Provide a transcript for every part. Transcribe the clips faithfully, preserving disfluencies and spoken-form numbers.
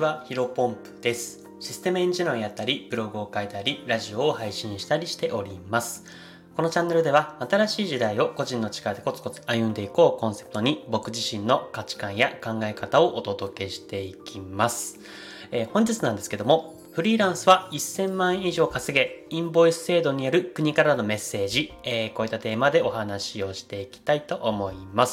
は、ヒロポンプです。システムエンジニアをやったり、ブログを書いたり、ラジオを配信したりしております。このチャンネルでは、新しい時代を個人の力でコツコツ歩んでいこうコンセプトに、僕自身の価値観や考え方をお届けしていきます。えー、本日なんですけども、フリーランスはせんまん円以上稼げ、インボイス制度による国からのメッセージ、えー、こういったテーマでお話をしていきたいと思います。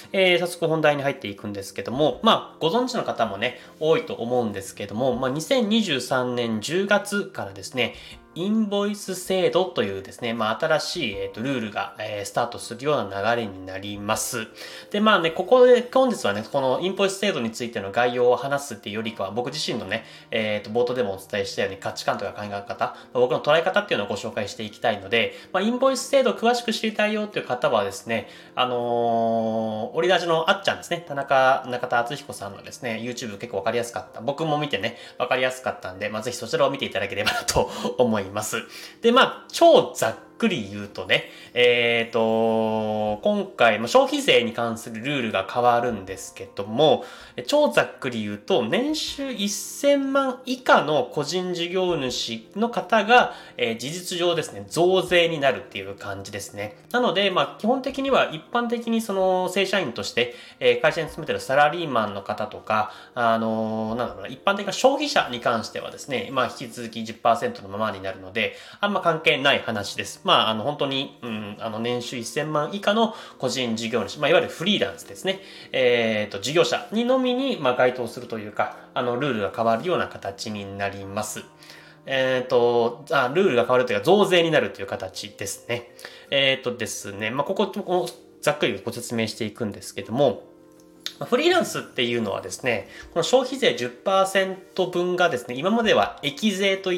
えー、早速本題に入っていくんですけども、まあ、ご存知の方もね、多いと思うんですけども、まあ、にせんにじゅうさんねんじゅうがつからですね、インボイス制度というですね、まあ、新しい、えーと、ルールが、えー、スタートするような流れになります。で、まあね、ここで、本日はね、このインボイス制度についての概要を話すっていうよりかは、僕自身のね、えーと、冒頭でもお伝えしたように価値観とか考え方、僕の捉え方っていうのをご紹介していきたいので、まあ、インボイス制度を詳しく知りたいよっていう方はですね、あのー、オリラジのあっちゃんですね、田中、中田敦彦さんのですね、YouTube 結構わかりやすかった。僕も見てね、わかりやすかったんで、まあ、ぜひそちらを見ていただければなと思います。で、まあ、超ざっくり言うとね、えっと、今回、消費税に関するルールが変わるんですけども、超ざっくり言うと、年収せんまん以下の個人事業主の方が、えー、事実上ですね、増税になるっていう感じですね。なので、まあ、基本的には一般的にその正社員として、えー、会社に勤めてるサラリーマンの方とか、あのー、なんだろうな、一般的な消費者に関してはですね、まあ、引き続き じゅっパーセント のままになるので、あんま関係ない話です。まあ、あの、本当に、うん、あの、年収せんまん以下の個人事業主、まあ、いわゆるフリーランスですね。えっと、事業者にのみに、まあ、該当するというか、あの、ルールが変わるような形になります。えっと、あ、ルールが変わるというか、増税になるという形ですね。えっとですね、まあ、ここ、ここざっくりご説明していくんですけども、フリーランスっていうのはですね、この消費税 じゅっパーセント 分がですね、今までは益税といって、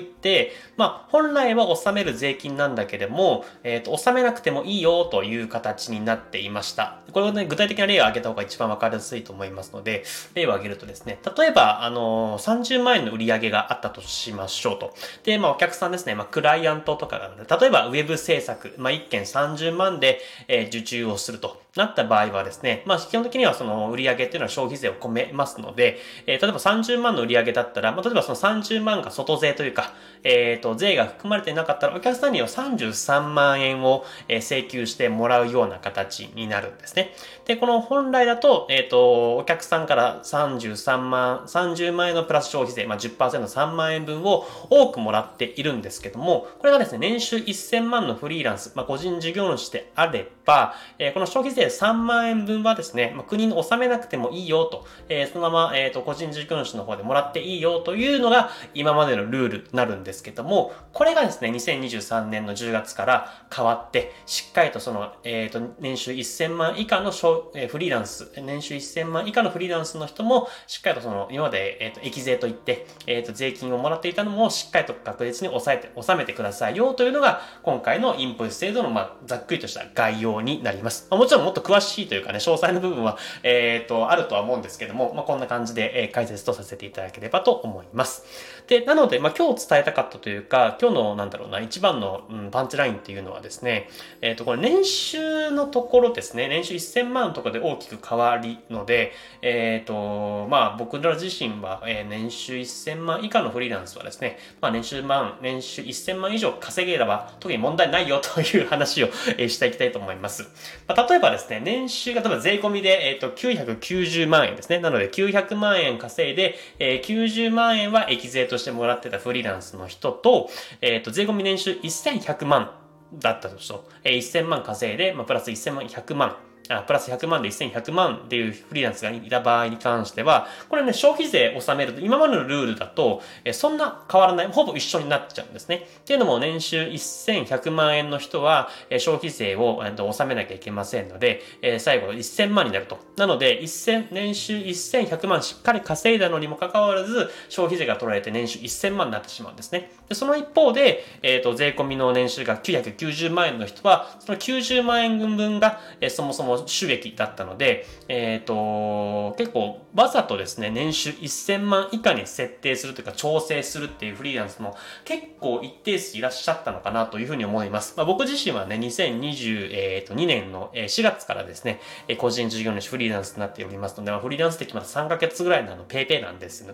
まあ、本来は納める税金なんだけれども、えっと、納めなくてもいいよという形になっていました。これをね、具体的な例を挙げた方が一番わかりやすいと思いますので、例を挙げるとですね、例えば、あの、さんじゅうまんえんの売り上げがあったとしましょうと。で、まあ、お客さんですね、まあ、クライアントとかが、例えば、ウェブ制作、まあ、いっけんさんじゅうまんで、えー、受注をするとなった場合はですね、まあ、基本的にはその売り上げっていうのは消費税を込めますので、えー、例えばさんじゅうまんの売り上げだったら、まあ、例えばそのさんじゅうまんが外税というか、えっと、税が含まれていなかったら、お客さんにはさんじゅうさんまんえんを請求してもらうような形になるんですね。で、この本来だと、えっと、お客さんからさんじゅうさんまん、さんじゅうまんえんのプラス消費税、まあ、じゅっパーセント さんまんえん分を多くもらっているんですけども、これがですね、年収せんまんのフリーランス、まあ、個人事業主であれば、えー、この消費税さんまんえん分はですね、まあ、国に納めなくてもいいよと、えー、そのまま、えっと、個人事業主の方でもらっていいよというのが今までのルールになるんですけども、これがですね、にせんにじゅうさんねんのじゅうがつから変わって、しっかりとその、えっと、年収せんまん以下のフリーランス、年収せんまん以下のフリーランスの人も、しっかりとその、今まで、えっと、益税といって、えっと、税金をもらっていたのも、しっかりと確実に抑えて、納めてくださいよというのが、今回のインボイス制度の、まあ、ざっくりとした概要になります。まあ、もちろんもっと詳しいというかね、詳細の部分は、えっと、あるとは思うんですけども、まあ、こんな感じで、えー、解説とさせていただければと思います。で、なので、まあ、今日伝えたかったというか、今日の、なんだろうな、一番の、うん、パンチラインっていうのはですね、えっと、これ年収のところですね、年収せんまんのところで大きく変わりので、えっと、まあ、僕ら自身は、えー、年収せんまん以下のフリーランスはですね、まあ、年収万、年収せんまん以上稼げれば、特に問題ないよという話を、えー、していきたいと思います。まあ、例えばですね、年収が例えば税込みで、えっと、きゅうひゃくきゅうじゅうまんえんですね。なので、きゅうひゃくまんえん稼いで、えー、きゅうじゅうまんえんは益税としてもらってたフリーランスの人と、えっと、税込み年収せんひゃくまんだったとしよう。えー、せんまん稼いで、まあ、プラスせんまん、ひゃくまん。あプラスひゃくまんでせんひゃくまんっていうフリーランスがいた場合に関しては、これね、消費税を納めると、今までのルールだと、えそんな変わらない、ほぼ一緒になっちゃうんですね。っていうのも、年収せんひゃくまんえんの人は、え消費税を、えー、納めなきゃいけませんので、えー、最後せんまんになると。なので、せん年収せんひゃくまんしっかり稼いだのにもかかわらず、消費税が取られて年収せんまんになってしまうんですね。でその一方で、えっと、税込みの年収がきゅうひゃくきゅうじゅうまんえんの人は、そのきゅうじゅうまんえん分が、えー、そもそも収益だったので、えっと、結構わざとですね、年収せんまん以下に設定するというか調整するっていうフリーランスも結構一定数いらっしゃったのかなというふうに思います。まあ、僕自身はね、にせんにじゅうにねんのしがつからですね、個人事業主フリーランスになっておりますので、まあ、フリーランス的まださんかげつぐらいのあのペイペイなんです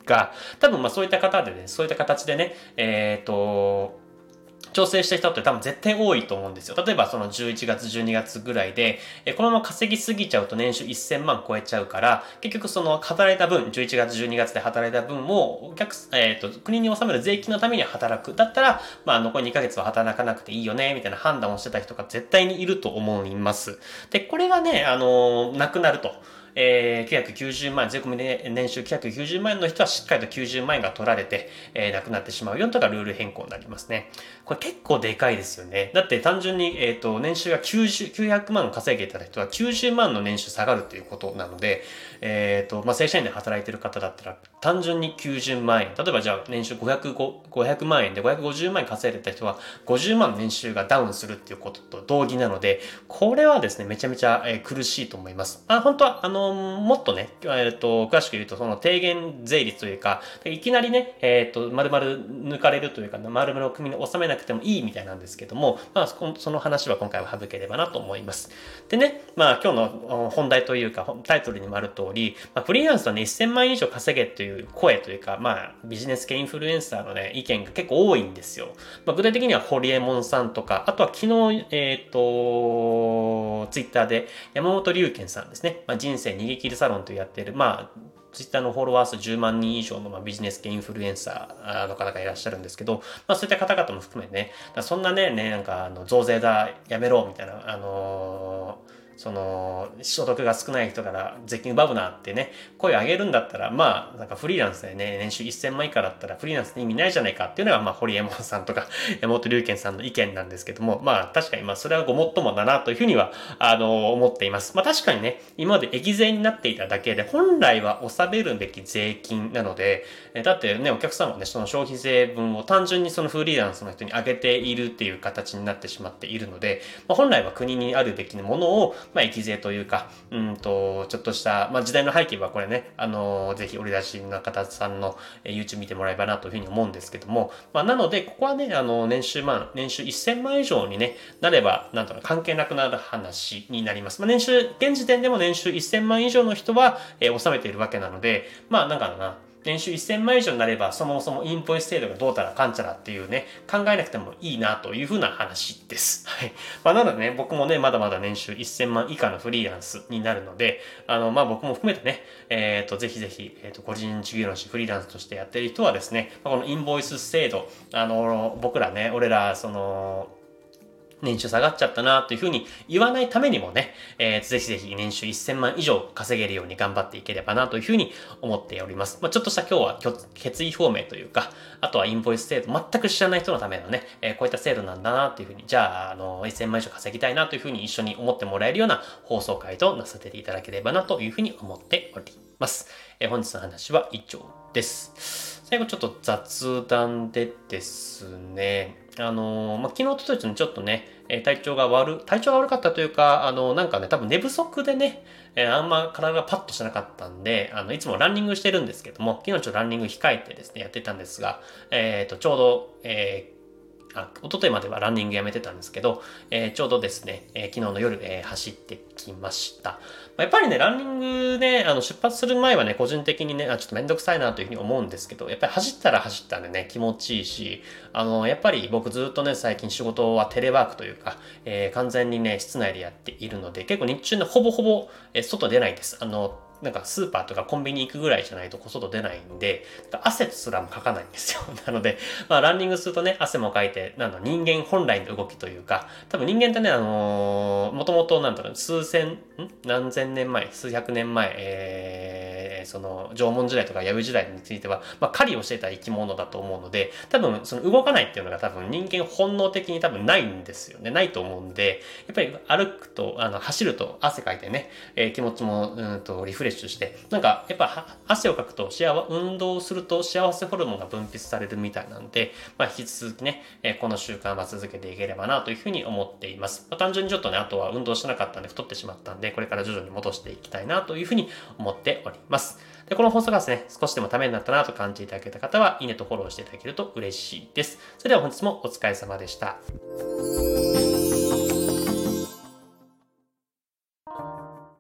が、多分まあそういった方でね、そういった形でね、えっと、調整した人って多分絶対多いと思うんですよ。例えばそのじゅういちがつ、じゅうにがつぐらいで、えこのまま稼ぎすぎちゃうと年収せんまん超えちゃうから、結局その働いた分、じゅういちがつ、じゅうにがつで働いた分を、お客、えっと、国に納める税金のために働く。だったら、まあ残りにかげつは働かなくていいよね、みたいな判断をしてた人が絶対にいると思います。で、これがね、あのー、なくなると。えー、きゅうひゃくきゅうじゅうまん、税込みで年収きゅうひゃくきゅうじゅうまん円の人はしっかりときゅうじゅうまん円が取られて、えー、なくなってしまうよとかルール変更になりますね。これ結構でかいですよね。だって単純に、えっと、年収がきゅうじゅう、きゅうひゃくまん稼げた人はきゅうじゅうまんの年収下がるということなので、えっと、まあ、正社員で働いてる方だったら単純にきゅうじゅうまん円。例えばじゃあ年収ごひゃくまん円でごひゃくごじゅうまん円稼いでた人はごじゅうまんの年収がダウンするっていうことと同義なので、これはですね、めちゃめちゃ、えー、苦しいと思います。あ、本当は、あの、もっとね、えっと、詳しく言うと、その低減税率というか、いきなりね、えっと、丸々抜かれるというか、丸々組に収めなくてもいいみたいなんですけども、まあ、その話は今回は省ければなと思います。でね、まあ、今日の本題というか、タイトルにもある通り、まあ、フリーランスはね、せんまん円以上稼げという声というか、まあ、ビジネス系インフルエンサーのね、意見が結構多いんですよ。まあ、具体的には、ホリエモンさんとか、あとは昨日、えっと、ツイッターで山本龍賢さんですね、まあ、人生逃げ切りサロンとやっている、まあ、ツイッターのフォロワー数じゅうまんにん以上の、まあ、ビジネス系インフルエンサーの方がいらっしゃるんですけど、まあ、そういった方々も含めね、そんなね、ね、なんか、あの、増税だ、やめろ、みたいな、あのーその、所得が少ない人から税金奪うなってね、声を上げるんだったら、まあ、なんかフリーランスでね、年収せんまん以下だったらフリーランスで意味ないじゃないかっていうのが、まあ、ホリエモンさんとか、山本龍賢さんの意見なんですけども、まあ、確かに、まあ、それはごもっともだなというふうには、あの、思っています。まあ、確かにね、今まで益税になっていただけで、本来は納めるべき税金なので、だってね、お客さんはね、その消費税分を単純にそのフリーランスの人に上げているっていう形になってしまっているので、まあ、本来は国にあるべきものを、まあ、益税というか、うんと、ちょっとした、まあ、時代の背景はこれね、あのー、ぜひ、折り出しの方さんの YouTube 見てもらえばなというふうに思うんですけども、まあ、なので、ここはね、あの、年収万、年収せんまん以上にね、なれば、なんとか関係なくなる話になります。まあ、年収、現時点でも年収せんまん以上の人は、えー、納めているわけなので、まあ、なんかな、年収せんまん以上になれば、そもそもインボイス制度がどうたらかんちゃらっていうね、考えなくてもいいなというふうな話です。はい。まあ、なのでね、僕もね、まだまだ年収せんまん以下のフリーランスになるので、あの、まあ、僕も含めてね、えっと、ぜひぜひ、えっと、個人事業主フリーランスとしてやってる人はですね、このインボイス制度、あの、僕らね、俺ら、その、年収下がっちゃったなというふうに言わないためにもね、えー、ぜひぜひ年収せんまん以上稼げるように頑張っていければなというふうに思っております。まあ、ちょっとした今日は決意表明というか、あとはインボイス制度、全く知らない人のためのね、えー、こういった制度なんだなというふうに、じゃあ、あの、せんまん以上稼ぎたいなというふうに一緒に思ってもらえるような放送回となさせていただければなというふうに思っております。えー、本日の話は以上です。最後ちょっと雑談でですね、あのー、まあ、昨日とといちょっとね、体調が悪、体調が悪かったというか、あの、なんかね、多分寝不足でね、えー、あんま体がパッとしなかったんで、あの、いつもランニングしてるんですけども、昨日ちょっとランニング控えてですね、やってたんですが、えっと、ちょうど、えーあ、一昨日まではランニングやめてたんですけど、えー、ちょうどですね、えー、昨日の夜、えー、走ってきました。やっぱりね、ランニングね、あの、出発する前はね、個人的にね、あ、ちょっとめんどくさいなというふうに思うんですけど、やっぱり走ったら走ったんでね、気持ちいいし、あの、やっぱり僕ずっとね、最近仕事はテレワークというか、えー、完全にね、室内でやっているので、結構日中ね、ほぼほぼ、えー、外出ないです。あの、なんかスーパーとかコンビニ行くぐらいじゃないと外出ないんで、汗すらもかかないんですよ。なので、まあランニングするとね、汗もかいて、なんだ人間本来の動きというか、多分人間ってね、あのー、もともとなんだろう、数千、ん何千年前、数百年前、えー、その縄文時代とか弥生時代については、まあ狩りをしてた生き物だと思うので、多分その動かないっていうのが多分人間本能的に多分ないんですよね。ないと思うんで、やっぱり歩くと、あの、走ると汗かいてね、えー、気持ちも、うんと、リフレッシュして、なんか、やっぱ、汗をかくと、幸運動すると幸せホルモンが分泌されるみたいなんで、まあ、引き続きね、えー、この習慣は続けていければなというふうに思っています。まあ、単純にちょっとね、あとは運動しなかったんで太ってしまったんで、これから徐々に戻していきたいなというふうに思っております。で、この放送がですね、少しでもためになったなと感じていただけた方は、いいねとフォローしていただけると嬉しいです。それでは本日もお疲れ様でした。